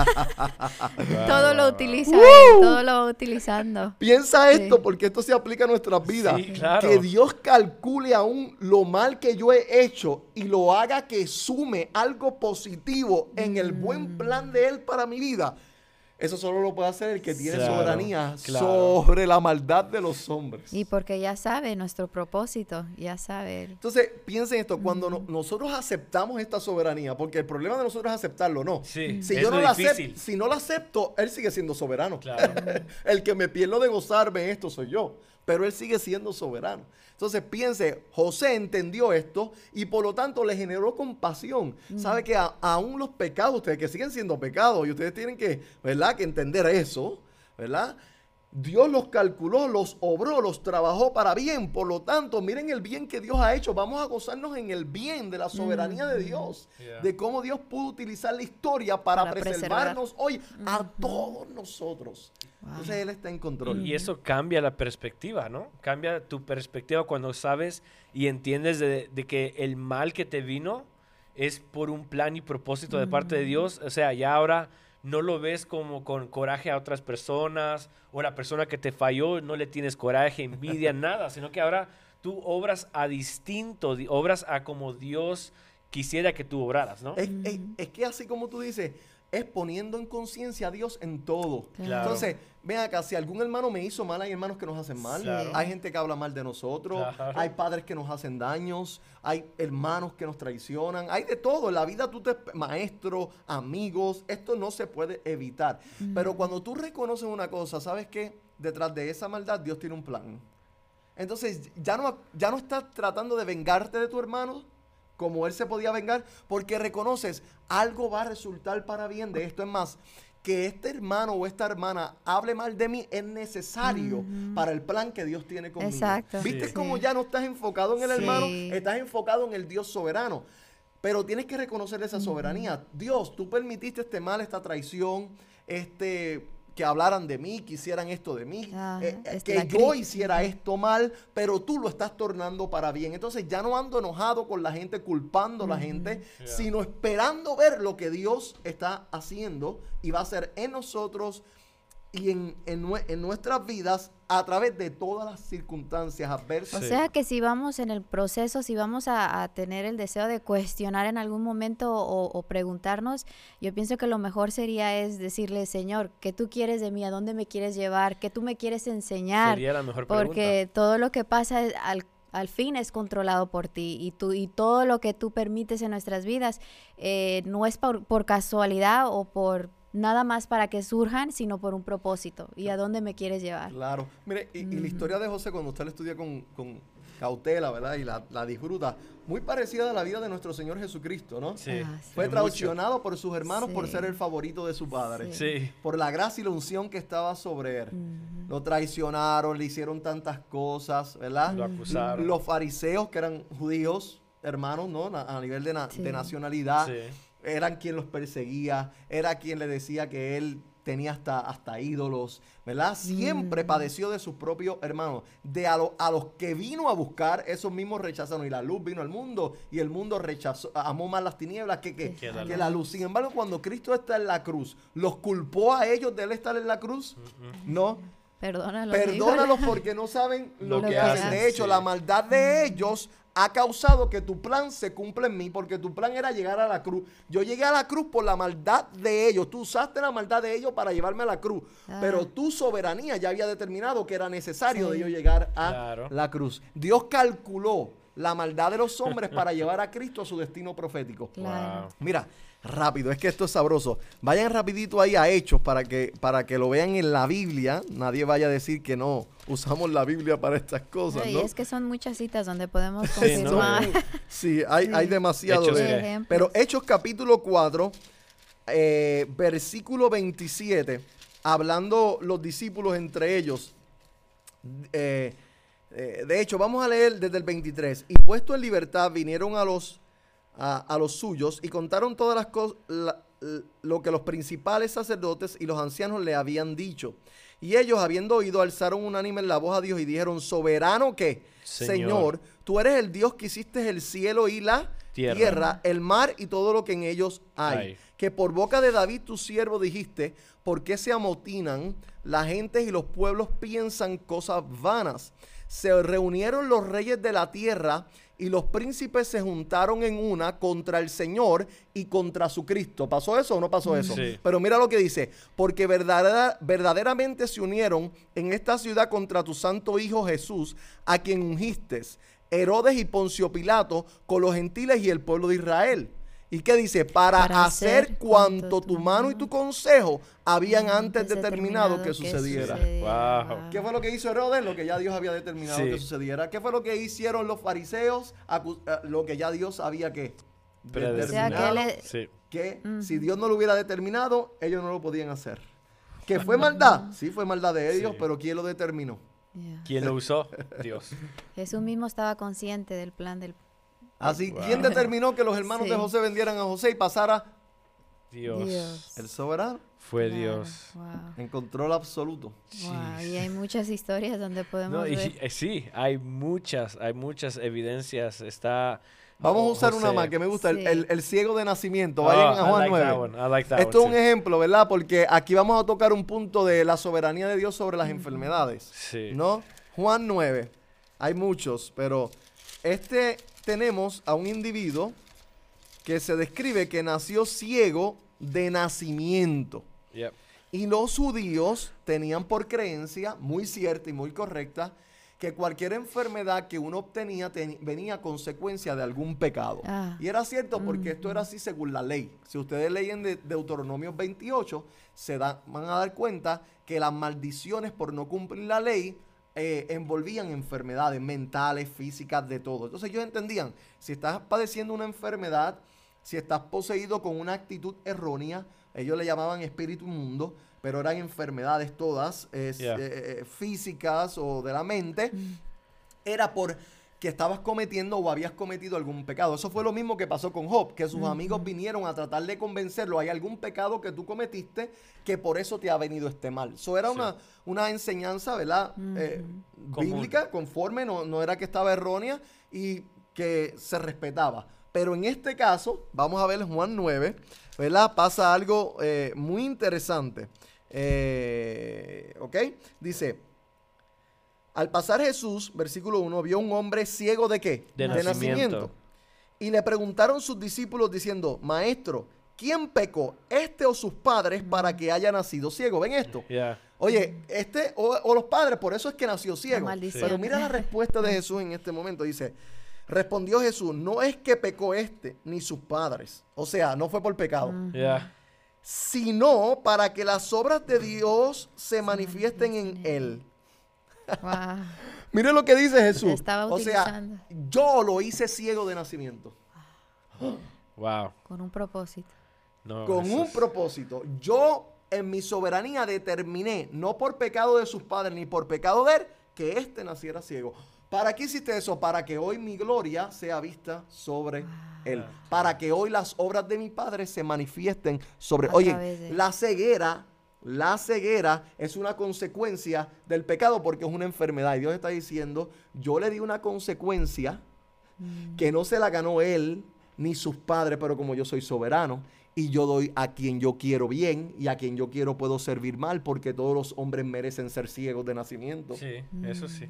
Wow, Todo lo wow, wow. utiliza él, todo lo va utilizando. Piensa esto, Sí. porque esto se aplica a nuestras vidas. Sí, claro. Que Dios calcule aún lo mal que yo he hecho y lo haga que sume algo positivo en el buen plan de Él para mi vida. Eso solo lo puede hacer el que tiene Claro, soberanía claro. sobre la maldad de los hombres. Y porque ya sabe nuestro propósito, ya sabe él. Entonces, piensen esto, cuando no- nosotros aceptamos esta soberanía, porque el problema de nosotros es aceptarlo, ¿no? Sí, Si es yo no lo la difícil. acepto, si no la acepto, Él sigue siendo soberano. Claro. El que me pierdo de gozarme en esto soy yo, pero Él sigue siendo soberano. Entonces, piense, José entendió esto y por lo tanto le generó compasión. Sabe que a- aún los pecados, ustedes que siguen siendo pecados, y ustedes tienen que, ¿verdad?, que entender eso, ¿verdad? Dios los calculó, los obró, los trabajó para bien. Por lo tanto, miren el bien que Dios ha hecho. Vamos a gozarnos en el bien de la soberanía de Dios. Yeah. De cómo Dios pudo utilizar la historia para, Para preservarnos hoy a todos nosotros. Wow. Entonces Él está en control. Y eso cambia la perspectiva, ¿no? Cambia tu perspectiva cuando sabes y entiendes de, de que el mal que te vino es por un plan y propósito de parte de Dios. O sea, ya ahora no lo ves como con coraje a otras personas o la persona que te falló, no le tienes coraje, envidia, nada, sino que ahora tú obras a distinto, di- obras a como Dios quisiera que tú obraras, ¿no? Es, es- es que así como tú dices, es poniendo en conciencia a Dios en todo. Claro. Entonces, ven acá, si algún hermano me hizo mal, hay hermanos que nos hacen mal. Claro. Hay gente que habla mal de nosotros. Claro. Hay padres que nos hacen daños. Hay hermanos que nos traicionan. Hay de todo. En la vida tú te... Maestros, amigos. Esto no se puede evitar. Pero cuando tú reconoces una cosa, ¿sabes qué? Detrás de esa maldad Dios tiene un plan. Entonces, ya no, ya no estás tratando de vengarte de tu hermano como él se podía vengar, porque reconoces algo va a resultar para bien de esto. Es más, que este hermano o esta hermana hable mal de mí es necesario para el plan que Dios tiene conmigo. Exacto. ¿Viste Sí. cómo ya no estás enfocado en el Sí. hermano? Estás enfocado en el Dios soberano. Pero tienes que reconocer esa soberanía. Dios, tú permitiste este mal, esta traición, este... que hablaran de mí, que hicieran esto de mí, Ajá, eh, eh, es que la yo crítica. hiciera esto mal, pero tú lo estás tornando para bien. Entonces ya no ando enojado con la gente, culpando a la gente, Yeah. sino esperando ver lo que Dios está haciendo y va a hacer en nosotros y en, en nue- en nuestras vidas a través de todas las circunstancias adversas. O Sí. sea que si vamos en el proceso, si vamos a, a tener el deseo de cuestionar en algún momento o, o preguntarnos, yo pienso que lo mejor sería es decirle, Señor, ¿qué tú quieres de mí? ¿A dónde me quieres llevar? ¿Qué tú me quieres enseñar? Sería la mejor pregunta. Porque todo lo que pasa es- al, al fin es controlado por ti y, tú, y todo lo que tú permites en nuestras vidas eh, no es por, por casualidad o por nada más para que surjan, sino por un propósito. ¿Y a dónde me quieres llevar? Claro. Mire, y, y la historia de José, cuando usted la estudia con, con cautela, ¿verdad? Y la, la disfruta. Muy parecida a la vida de nuestro Señor Jesucristo, ¿no? Sí. Ah, sí. Fue traicionado por sus hermanos Sí. por ser el favorito de su padre. Sí. Sí. Por la gracia y la unción que estaba sobre él. Ujú. Lo traicionaron, le hicieron tantas cosas, ¿verdad? Lo acusaron. Los fariseos, que eran judíos, hermanos, ¿no? Na- A nivel de, na- Sí. de nacionalidad, Sí. eran quien los perseguía, era quien le decía que él tenía hasta, hasta ídolos, ¿verdad? Siempre Mm. padeció de sus propios hermanos. De a, lo- a los que vino a buscar, esos mismos rechazaron. Y la luz vino al mundo y el mundo rechazó, amó más las tinieblas que, que, Que la que luz. la luz. Sin embargo, cuando Cristo está en la cruz, ¿los culpó a ellos de él estar en la cruz? No. Perdónalos. Perdónalos digo. porque no saben lo, Lo que que hacen. hacen. De hecho, Sí. la maldad de ellos ha causado que tu plan se cumpla en mí, porque tu plan era llegar a la cruz. Yo llegué a la cruz por la maldad de ellos. Tú usaste la maldad de ellos para llevarme a la cruz. Ah. Pero tu soberanía ya había determinado que era necesario Sí. de yo llegar a Claro. la cruz. Dios calculó la maldad de los hombres para llevar a Cristo a su destino profético. Claro. Wow. Mira, rápido, es que esto es sabroso. Vayan rapidito ahí a Hechos para que, para que lo vean en la Biblia. Nadie vaya a decir que no usamos la Biblia para estas cosas, No, y ¿no? es que son muchas citas donde podemos Sí, ¿no? confirmar. Sí, hay, hay demasiado Hechos de que- ejemplos. Pero Hechos capítulo cuatro, eh, versículo veintisiete, hablando los discípulos entre ellos. eh, eh, de hecho, vamos a leer desde el veintitrés. Y puesto en libertad vinieron a los, a, a los suyos y contaron todas las cosas, lo que los principales sacerdotes y los ancianos le habían dicho. Y ellos, habiendo oído, alzaron unánime la voz a Dios y dijeron: soberano que, Señor. Señor, tú eres el Dios que hiciste el cielo y la Tierra. tierra, el mar y todo lo que en ellos hay. Hay. Que por boca de David tu siervo dijiste: ¿por qué se amotinan las gentes y los pueblos piensan cosas vanas? Se reunieron los reyes de la tierra y los príncipes se juntaron en una contra el Señor y contra su Cristo. ¿Pasó eso o no pasó eso? Sí. Pero mira lo que dice: porque verdadera- verdaderamente se unieron en esta ciudad contra tu santo Hijo Jesús, a quien ungiste, Herodes y Poncio Pilato, con los gentiles y el pueblo de Israel. ¿Y qué dice? Para, Para hacer hacer cuanto cuanto tu tu mano y mano tu consejo habían antes Antes determinado que que sucediera. Wow. ¿Qué fue lo que hizo Herodes? Lo que ya Dios había determinado Sí. que sucediera. ¿Qué fue lo que hicieron los fariseos? Acu- eh, lo que ya Dios había que Predestinado. O sea, que determinado. él es- Sí. Que Ujú. si Dios no lo hubiera determinado, ellos no lo podían hacer. ¿Que fue maldad? Sí, fue maldad de ellos, Sí. pero ¿quién lo determinó? Yeah. ¿Quién lo usó? Dios. Jesús mismo estaba consciente del plan del... Así, Wow. ¿quién determinó que los hermanos Sí. de José vendieran a José y pasara Dios. Dios. el soberano? Fue Claro. Dios. Wow. En control absoluto. Wow, Sí. y hay muchas historias donde podemos No, y, ver. eh, sí, hay muchas, hay muchas evidencias. Está. Vamos a usar José. una más que me gusta, el, Sí. el- el ciego de nacimiento. Oh, Vayan a I Juan like nueve. that one, I like that Esto es one, un sí. ejemplo, ¿verdad? Porque aquí vamos a tocar un punto de la soberanía de Dios sobre las enfermedades. Sí. ¿No? Juan nueve. Hay muchos, pero este tenemos a un individuo que se describe que nació ciego de nacimiento. Yep. Y los judíos tenían por creencia muy cierta y muy correcta que cualquier enfermedad que uno obtenía ten- venía a consecuencia de algún pecado. Ah. Y era cierto porque esto era así según la ley. Si ustedes leen de Deuteronomio veintiocho, se dan, van a dar cuenta que las maldiciones por no cumplir la ley eh, envolvían enfermedades mentales, físicas, de todo. Entonces ellos entendían, si estás padeciendo una enfermedad, si estás poseído con una actitud errónea, ellos le llamaban espíritu inmundo, pero eran enfermedades todas, es, Yeah. eh, eh, físicas o de la mente, era por que estabas cometiendo o habías cometido algún pecado. Eso fue lo mismo que pasó con Job, que sus amigos vinieron a tratar de convencerlo. Hay algún pecado que tú cometiste que por eso te ha venido este mal. Eso era Sí. una, una enseñanza, ¿verdad? Eh, Común. bíblica, conforme, no, no era que estaba errónea y que se respetaba. Pero en este caso, vamos a ver Juan nueve, ¿verdad? Pasa algo eh, muy interesante. Eh, ¿Ok? Dice, al pasar Jesús, versículo uno, vio un hombre ciego de qué? De nacimiento. Y le preguntaron sus discípulos diciendo, maestro, ¿quién pecó, este o sus padres, para que haya nacido ciego? ¿Ven esto? Yeah. Oye, este o, o los padres, por eso es que nació ciego. maldición. Pero mira la respuesta de Jesús en este momento. Dice, respondió Jesús, no es que pecó este ni sus padres. O sea, no fue por pecado. Yeah. Sino para que las obras de Dios se manifiesten en él. Wow. Mire lo que dice Jesús. Estaba o sea, yo lo hice ciego de nacimiento. Wow. Con un propósito. No, Con un es... propósito. Yo en mi soberanía determiné, no por pecado de sus padres ni por pecado de él, que éste naciera ciego. ¿Para qué hiciste eso? Para que hoy mi gloria sea vista sobre él. Para que hoy las obras de mi Padre se manifiesten sobre... A Oye, través de- la ceguera, la ceguera es una consecuencia del pecado porque es una enfermedad. Y Dios está diciendo, yo le di una consecuencia Mm. que no se la ganó él ni sus padres, pero como yo soy soberano y yo doy a quien yo quiero bien y a quien yo quiero puedo servir mal, porque todos los hombres merecen ser ciegos de nacimiento. Sí, eso sí.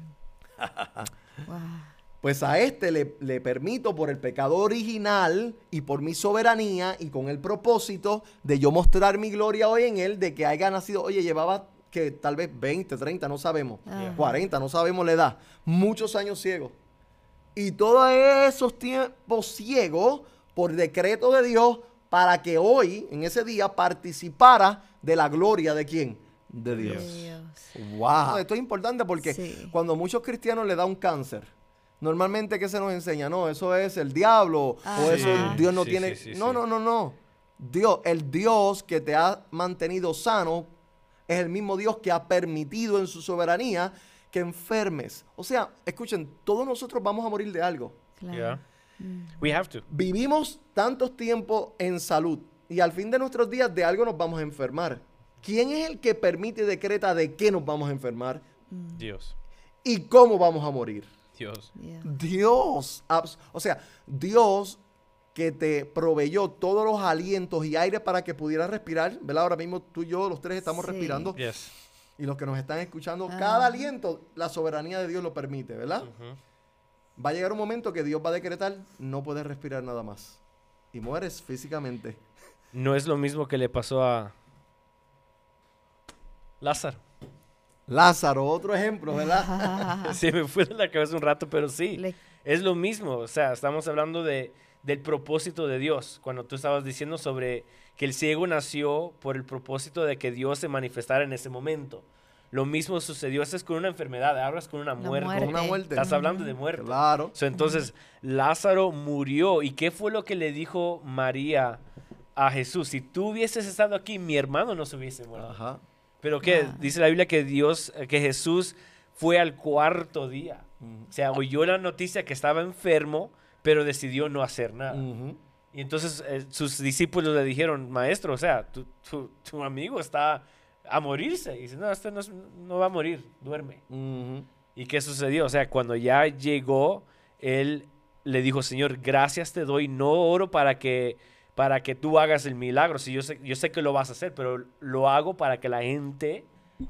Wow. Pues a este le, le permito por el pecado original y por mi soberanía y con el propósito de yo mostrar mi gloria hoy en él, de que haya nacido, oye, llevaba que tal vez veinte, treinta, no sabemos, Ajá. cuarenta, no sabemos la edad, muchos años ciegos. Y todos esos tiempos ciegos por decreto de Dios para que hoy, en ese día, participara de la gloria de ¿quién? De Dios. De Dios. Wow. Esto es importante porque Sí. cuando muchos cristianos le da un cáncer, normalmente ¿qué se nos enseña? No, eso es el diablo Ah. o eso Sí, Dios no sí, tiene... sí, sí, no, sí. no, no, no. Dios, el Dios que te ha mantenido sano es el mismo Dios que ha permitido en su soberanía que enfermes. O sea, escuchen, todos nosotros vamos a morir de algo. Claro. Yeah. Mm. We have to. Vivimos tantos tiempos en salud y al fin de nuestros días de algo nos vamos a enfermar. ¿Quién es el que permite y decreta de qué nos vamos a enfermar Dios. y cómo vamos a morir? Dios. Yeah. Dios. abs- O sea, Dios que te proveyó todos los alientos y aire para que pudieras respirar, ¿verdad? Ahora mismo tú y yo, los tres estamos Sí. respirando Yes. y los que nos están escuchando, Ah. cada aliento, la soberanía de Dios lo permite, ¿verdad? Ujú. Va a llegar un momento que Dios va a decretar, no puedes respirar nada más y mueres físicamente. No es lo mismo que le pasó a Lázaro. Lázaro, otro ejemplo, ¿verdad? Se me fue de la cabeza un rato, pero sí. Le- Es lo mismo, o sea, estamos hablando de, del propósito de Dios. Cuando tú estabas diciendo sobre que el ciego nació por el propósito de que Dios se manifestara en ese momento. Lo mismo sucedió, esto es con una enfermedad, hablas con una muerte. muerte. Con una muerte. Estás hablando de muerte. Claro. So, entonces, Lázaro murió. ¿Y qué fue lo que le dijo María a Jesús? Si tú hubieses estado aquí, mi hermano no se hubiese muerto. Ajá. Pero que Ah. dice la Biblia que Dios, eh, que Jesús fue al cuarto día. Ujú. O sea, oyó la noticia que estaba enfermo, pero decidió no hacer nada. Ujú. Y entonces eh, sus discípulos le dijeron, maestro, o sea, tu, tu, tu amigo está a morirse. Y dice, no, este no, es- no va a morir, duerme. Ujú. ¿Y qué sucedió? O sea, cuando ya llegó, él le dijo, Señor, gracias te doy, no oro para que, para que tú hagas el milagro. Si yo sé, yo sé que lo vas a hacer, pero lo hago para que la gente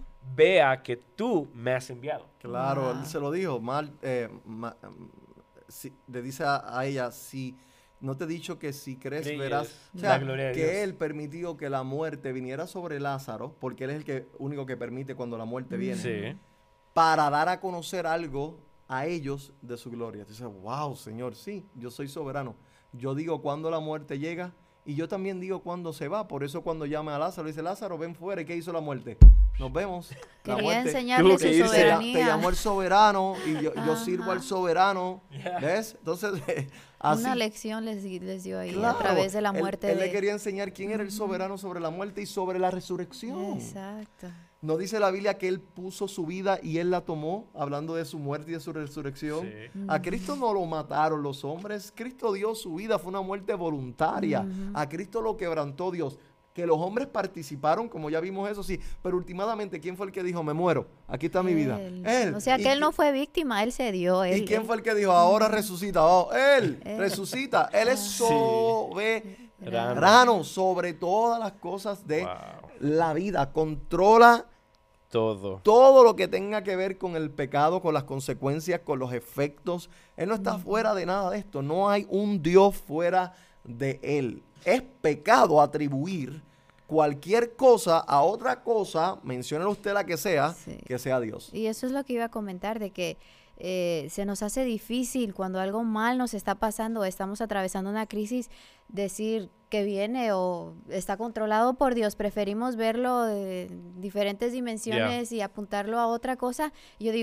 vea que tú me has enviado. Claro, Wow. él se lo dijo. Mal, eh, ma- mm, si- le dice a, a ella, si no te he dicho que si crees Creyes, verás. O la sea, gloria de que Dios. él permitió que la muerte viniera sobre Lázaro, porque él es el que, único que permite cuando la muerte viene, Sí. para dar a conocer algo a ellos de su gloria. Entonces, wow, Señor, sí, yo soy soberano. Yo digo cuando la muerte llega y yo también digo cuando se va. Por eso cuando llama a Lázaro, dice, Lázaro, ven fuera. ¿Y qué hizo la muerte? Nos vemos. La Quería muerte- enseñarle tuvo su que irse. te, ll- soberanía. te llamó el soberano y yo, yo sirvo Ajá. al soberano. Yeah. ¿Ves? Entonces, así. Una lección les, les dio ahí Claro, a través de la él- muerte Él, de... le quería enseñar quién era el soberano sobre la muerte y sobre la resurrección. Exacto. ¿No dice la Biblia que él puso su vida y él la tomó, hablando de su muerte y de su resurrección? Sí. A Cristo no lo mataron los hombres, Cristo dio su vida, fue una muerte voluntaria. Ujú. A Cristo lo quebrantó Dios. Que los hombres participaron, como ya vimos eso, sí, pero últimamente, ¿quién fue el que dijo, me muero, aquí está mi vida? Él. Él. O sea ¿Y que él qui- no fue víctima, él se dio. Él, ¿Y quién él- fue el que dijo, ahora resucita? Oh, él, Él. resucita. Él es Sí. soberano Rano. sobre todas las cosas de Wow. la vida. Controla Todo. todo lo que tenga que ver con el pecado, con las consecuencias, con los efectos. Él no está fuera de nada de esto. No hay un Dios fuera de él. Es pecado atribuir cualquier cosa a otra cosa, mencione usted la que sea, Sí. que sea Dios. Y eso es lo que iba a comentar, de que eh, se nos hace difícil cuando algo mal nos está pasando, estamos atravesando una crisis, decir que viene o está controlado por Dios. Preferimos verlo de diferentes dimensiones y apuntarlo a otra cosa. Yo digo,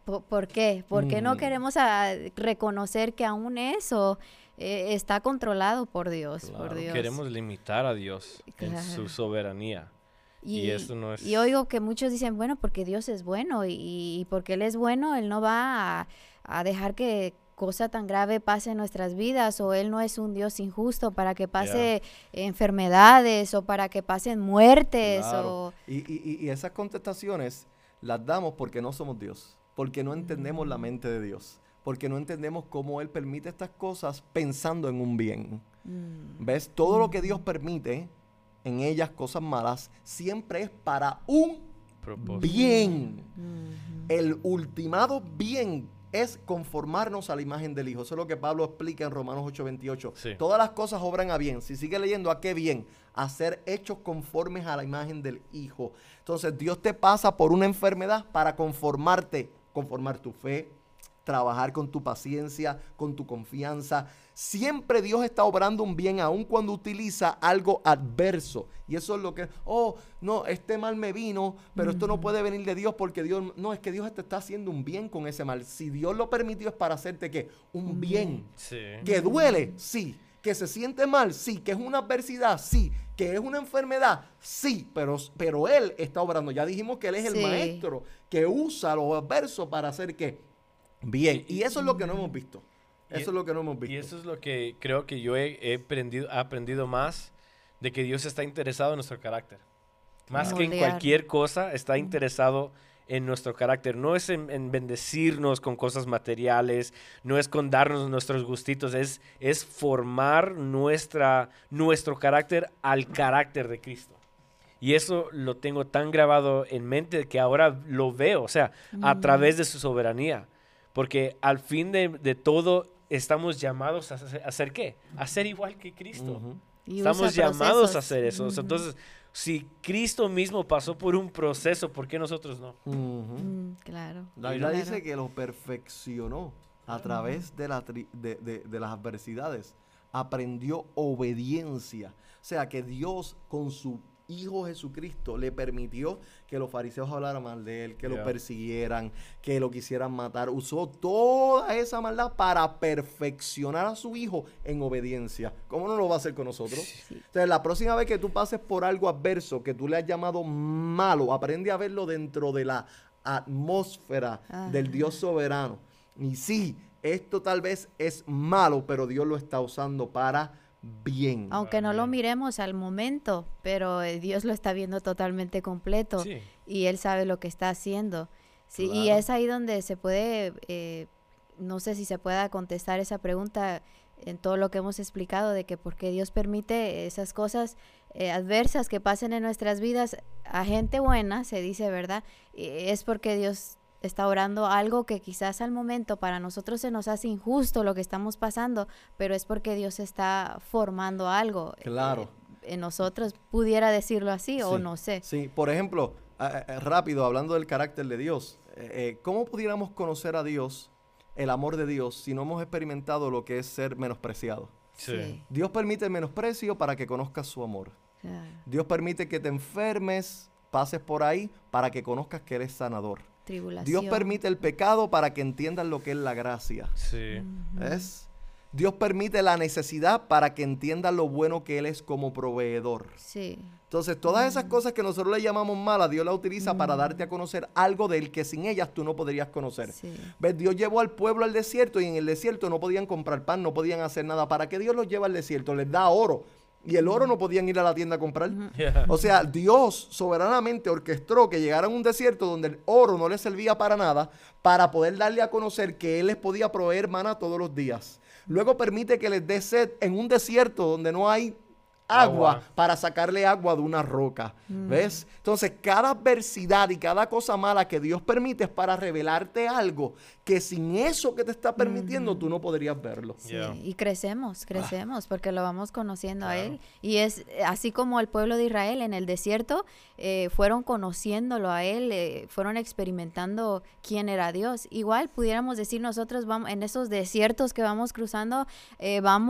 ¿Por, por qué? ¿Por qué Mm. no queremos a, reconocer que aún eso eh, está controlado por Dios? Claro, por Dios. queremos limitar a Dios Claro. en su soberanía. Y, Y eso no es- y oigo que muchos dicen, bueno, porque Dios es bueno y, y porque Él es bueno, Él no va a, a dejar que cosa tan grave pase en nuestras vidas, o Él no es un Dios injusto para que pase enfermedades o para que pasen muertes. Claro. O... Y, y- y esas contestaciones las damos porque no somos Dios, porque no entendemos la mente de Dios, porque no entendemos cómo Él permite estas cosas pensando en un bien. Mm, ¿Ves? Todo lo que Dios permite en ellas, cosas malas, siempre es para un propósito. bien. mm, El ultimado bien es conformarnos a la imagen del Hijo. Eso es lo que Pablo explica en Romanos ocho veintiocho. Sí. Todas las cosas obran a bien. Si sigue leyendo, ¿a qué bien? A ser hechos conformes a la imagen del Hijo. Entonces Dios te pasa por una enfermedad para conformarte, conformar tu fe, trabajar con tu paciencia, con tu confianza. Siempre Dios está obrando un bien, aun cuando utiliza algo adverso. Y eso es lo que, oh, no, este mal me vino, pero esto no puede venir de Dios porque Dios, no, es que Dios te está haciendo un bien con ese mal. Si Dios lo permitió es para hacerte, ¿qué? Un bien. Sí. Que duele, sí. Que se siente mal, sí. Que es una adversidad, sí. Que es una enfermedad, sí. Pero, pero Él está obrando. Ya dijimos que Él es el Sí. maestro que usa lo adverso para hacer, ¿qué? Bien. Y eso es lo que no hemos visto. Y- Eso es lo que no hemos visto. Y eso es lo que creo que yo he, he aprendido, aprendido más, de que Dios está interesado en nuestro carácter. Más que en Moldear. cualquier cosa, está interesado en nuestro carácter. No es en, en bendecirnos con cosas materiales, no es con darnos nuestros gustitos, es, es formar nuestra, nuestro carácter al carácter de Cristo. Y eso lo tengo tan grabado en mente que ahora lo veo, o sea, a Mm. través de su soberanía. Porque al fin de, de todo estamos llamados a hacer, a hacer ¿qué? A ser igual que Cristo. Ujú. y Estamos usa llamados procesos. a hacer eso. O sea, Ujú. entonces, si Cristo mismo pasó por un proceso, ¿por qué nosotros no? Ujú. Mm, claro. La Biblia claro. dice que lo perfeccionó a través de, la tri- de, de- de las adversidades. Aprendió obediencia. O sea, que Dios con su Hijo Jesucristo le permitió que los fariseos hablaran mal de él, que Yeah. lo persiguieran, que lo quisieran matar. Usó toda esa maldad para perfeccionar a su Hijo en obediencia. ¿Cómo no lo va a hacer con nosotros? Sí. Entonces, la próxima vez que tú pases por algo adverso, que tú le has llamado malo, aprende a verlo dentro de la atmósfera Ajá. del Dios soberano. Y sí, esto tal vez es malo, pero Dios lo está usando para bien. Aunque no lo Bien. miremos al momento, pero eh, Dios lo está viendo totalmente completo Sí. y Él sabe lo que está haciendo. Sí, y Claro. es ahí donde se puede, eh, no sé si se pueda contestar esa pregunta en todo lo que hemos explicado de que por qué Dios permite esas cosas eh, adversas que pasen en nuestras vidas a gente buena, se dice, ¿verdad? Eh, es porque Dios está orando algo que quizás al momento para nosotros se nos hace injusto lo que estamos pasando, pero es porque Dios está formando algo eh, Claro. en nosotros, pudiera decirlo así o Sí, no sé. Sí, por ejemplo, eh, eh, rápido, hablando del carácter de Dios, eh, eh, ¿cómo pudiéramos conocer a Dios, el amor de Dios, si no hemos experimentado lo que es ser menospreciado? Sí. Dios permite el menosprecio para que conozcas su amor. claro. Dios permite que te enfermes, pases por ahí, para que conozcas que eres sanador. Tribulación. Dios permite el pecado para que entiendas lo que es la gracia. Sí. ¿Ves? Dios permite la necesidad para que entiendas lo bueno que Él es como proveedor. Sí. Entonces, todas esas cosas que nosotros le llamamos malas, Dios las utiliza para darte a conocer algo de Él que sin ellas tú no podrías conocer. Sí. ¿Ves? Dios llevó al pueblo al desierto y en el desierto no podían comprar pan, no podían hacer nada. ¿Para qué Dios los lleva al desierto? Les da oro. Y el oro no podían ir a la tienda a comprar. Yeah. O sea, Dios soberanamente orquestó que llegaran a un desierto donde el oro no les servía para nada, para poder darle a conocer que Él les podía proveer maná todos los días. Luego permite que les dé sed en un desierto donde no hay agua, Agua. para sacarle agua de una roca. ¿Ves? Entonces, cada adversidad y cada cosa mala que Dios permite es para revelarte algo que sin eso que te está permitiendo tú no podrías verlo. Sí, Yeah. y crecemos, crecemos, porque lo vamos conociendo a Claro. Él. Y es eh, así como el pueblo de Israel en el desierto, eh, fueron conociéndolo a Él, eh, fueron experimentando quién era Dios. Igual pudiéramos decir nosotros, vamos, en esos desiertos que vamos cruzando, eh, vamos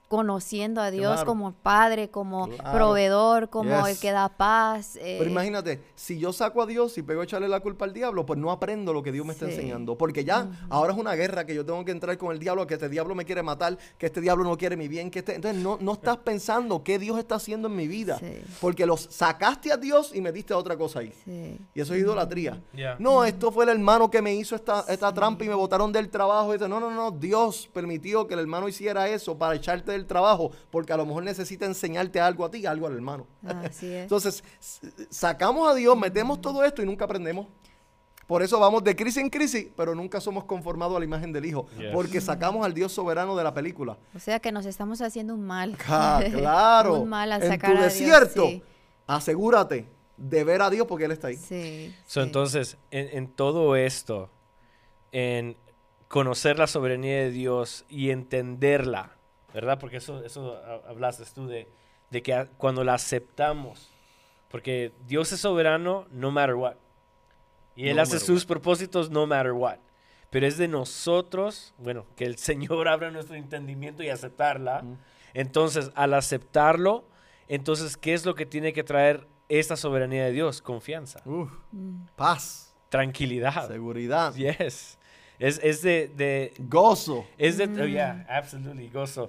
conociendo a Dios Claro. como Padre, como Claro. proveedor, como Yes. el que da paz. eh, Pero imagínate, si yo saco a Dios y pego a echarle la culpa al diablo, pues no aprendo lo que Dios me está Sí. enseñando. Porque ya, uh-huh. ahora es una guerra que yo tengo que entrar con el diablo, que este diablo me quiere matar, que este diablo no quiere mi bien, que este... Entonces no, no estás pensando qué Dios está haciendo en mi vida. Sí. Porque los sacaste a Dios y metiste a otra cosa ahí. Sí. Y eso es idolatría. Yeah. No, esto fue el hermano que me hizo esta, esta sí. trampa y me botaron del trabajo. Y dice, no, no, no, Dios permitió que el hermano hiciera eso para echarte del trabajo, porque a lo mejor necesita enseñarte algo a ti, algo al hermano. Así es. Entonces, sacamos a Dios, metemos todo esto y nunca aprendemos. Por eso vamos de crisis en crisis, pero nunca somos conformados a la imagen del Hijo. Yes. Porque sacamos al Dios soberano de la película. O sea que nos estamos haciendo un mal. Ah, claro. un mal al en sacar tu a desierto, Dios, sí. asegúrate de ver a Dios porque Él está ahí. Sí, so, sí. Entonces, en, en todo esto, en conocer la soberanía de Dios y entenderla, ¿verdad? Porque eso, eso hablaste tú de, de que a, cuando la aceptamos, porque Dios es soberano no matter what. Y Él no hace sus what. propósitos no matter what. Pero es de nosotros, bueno, que el Señor abra nuestro entendimiento y aceptarla. Mm. Entonces, al aceptarlo, entonces, ¿qué es lo que tiene que traer esta soberanía de Dios? Confianza. Uf, mm. Paz. Tranquilidad. Seguridad. Yes. Es, es de, de... Gozo. Es de... Oh, yeah, absolutely, gozo.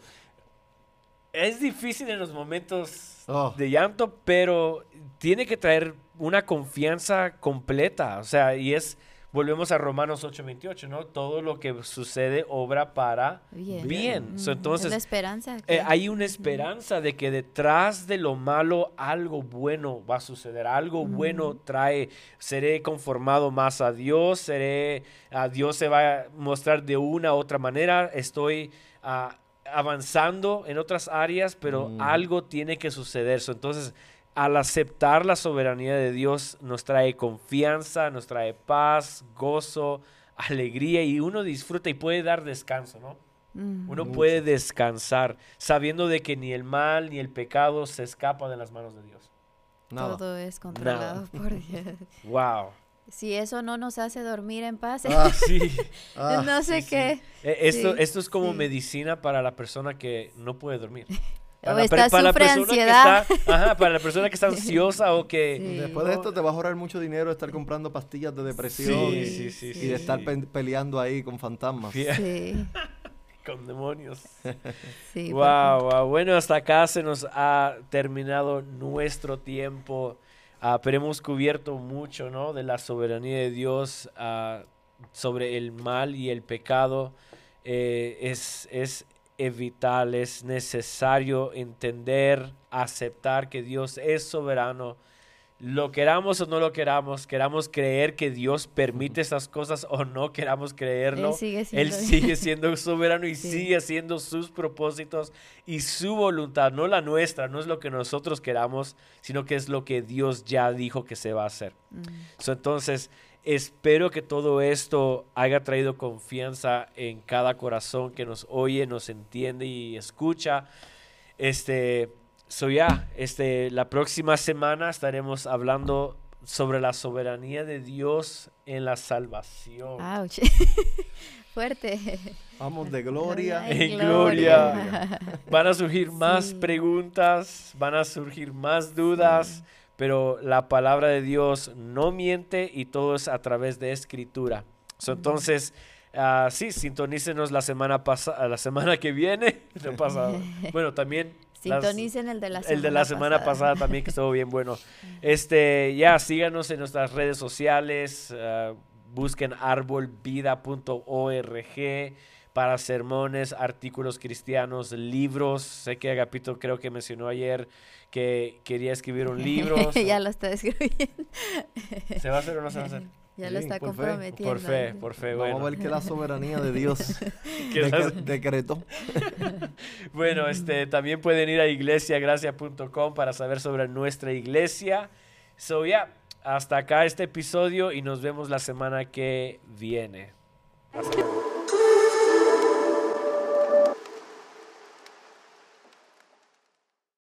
Es difícil en los momentos oh. de llanto, pero tiene que traer una confianza completa. O sea, y es... Volvemos a Romanos ocho veintiocho, ¿no? Todo lo que sucede obra para bien. bien. Mm-hmm. So, entonces, es la esperanza. Que... Eh, hay una esperanza mm-hmm. de que detrás de lo malo algo bueno va a suceder. Algo mm-hmm. bueno trae. Seré conformado más a Dios. Seré... A Dios se va a mostrar de una u otra manera. Estoy... Uh, avanzando en otras áreas, pero mm. algo tiene que suceder. So, entonces... Al aceptar la soberanía de Dios nos trae confianza, nos trae paz, gozo, alegría y uno disfruta y puede dar descanso, ¿no? Mm. Uno Mucho. puede descansar sabiendo de que ni el mal ni el pecado se escapa de las manos de Dios. Nada. Todo es controlado Nada. por Dios. Wow. Si eso no nos hace dormir en paz, ah, sí. ah, no sé sí, qué. Sí. Esto, sí, esto es como sí. medicina para la persona que no puede dormir. Para o está, la, para la persona ansiedad. Que está, ajá, para la persona que está ansiosa o que... Sí. Después de esto te vas a ahorrar mucho dinero de estar comprando pastillas de depresión sí, y, sí, sí, y sí, de sí. estar pe peleando ahí con fantasmas. Sí. Con demonios. Sí, wow, wow. Bueno, hasta acá se nos ha terminado nuestro tiempo. Uh, pero hemos cubierto mucho, ¿no? De la soberanía de Dios uh, sobre el mal y el pecado. Eh, es... es Es vital, es necesario entender, aceptar que Dios es soberano. Lo queramos o no lo queramos, queramos creer que Dios permite esas cosas o no queramos creerlo. Él sigue siendo, Él sigue siendo soberano y sí. sigue haciendo sus propósitos y su voluntad, no la nuestra, no es lo que nosotros queramos, sino que es lo que Dios ya dijo que se va a hacer. Mm. So, entonces, espero que todo esto haya traído confianza en cada corazón que nos oye, nos entiende y escucha. Este, so ya, este, la próxima semana estaremos hablando sobre la soberanía de Dios en la salvación. Ouch. Fuerte. Vamos de gloria en gloria. gloria. Van a surgir más sí. preguntas, van a surgir más dudas. Sí. Pero la palabra de Dios no miente y todo es a través de escritura. So, entonces, uh, sí, sintonícenos la semana pasada, la semana que viene. No pasado. Bueno, también. Sintonicen las, el de la semana El de la semana pasada, pasada también, que estuvo bien bueno. Este, ya, síganos en nuestras redes sociales. Uh, busquen árbol vida punto org para sermones, artículos cristianos, libros. Sé que Agapito creo que mencionó ayer que quería escribir un libro. Ya lo está escribiendo. ¿Se va a hacer o no se va a hacer? Ya sí, lo está por comprometiendo. Fe. Por fe, por fe. Vamos bueno. a ver que la soberanía de Dios de decretó. Bueno, este, también pueden ir a iglesia gracia punto com para saber sobre nuestra iglesia. So, ya, yeah, hasta acá este episodio y nos vemos la semana que viene. Hasta luego.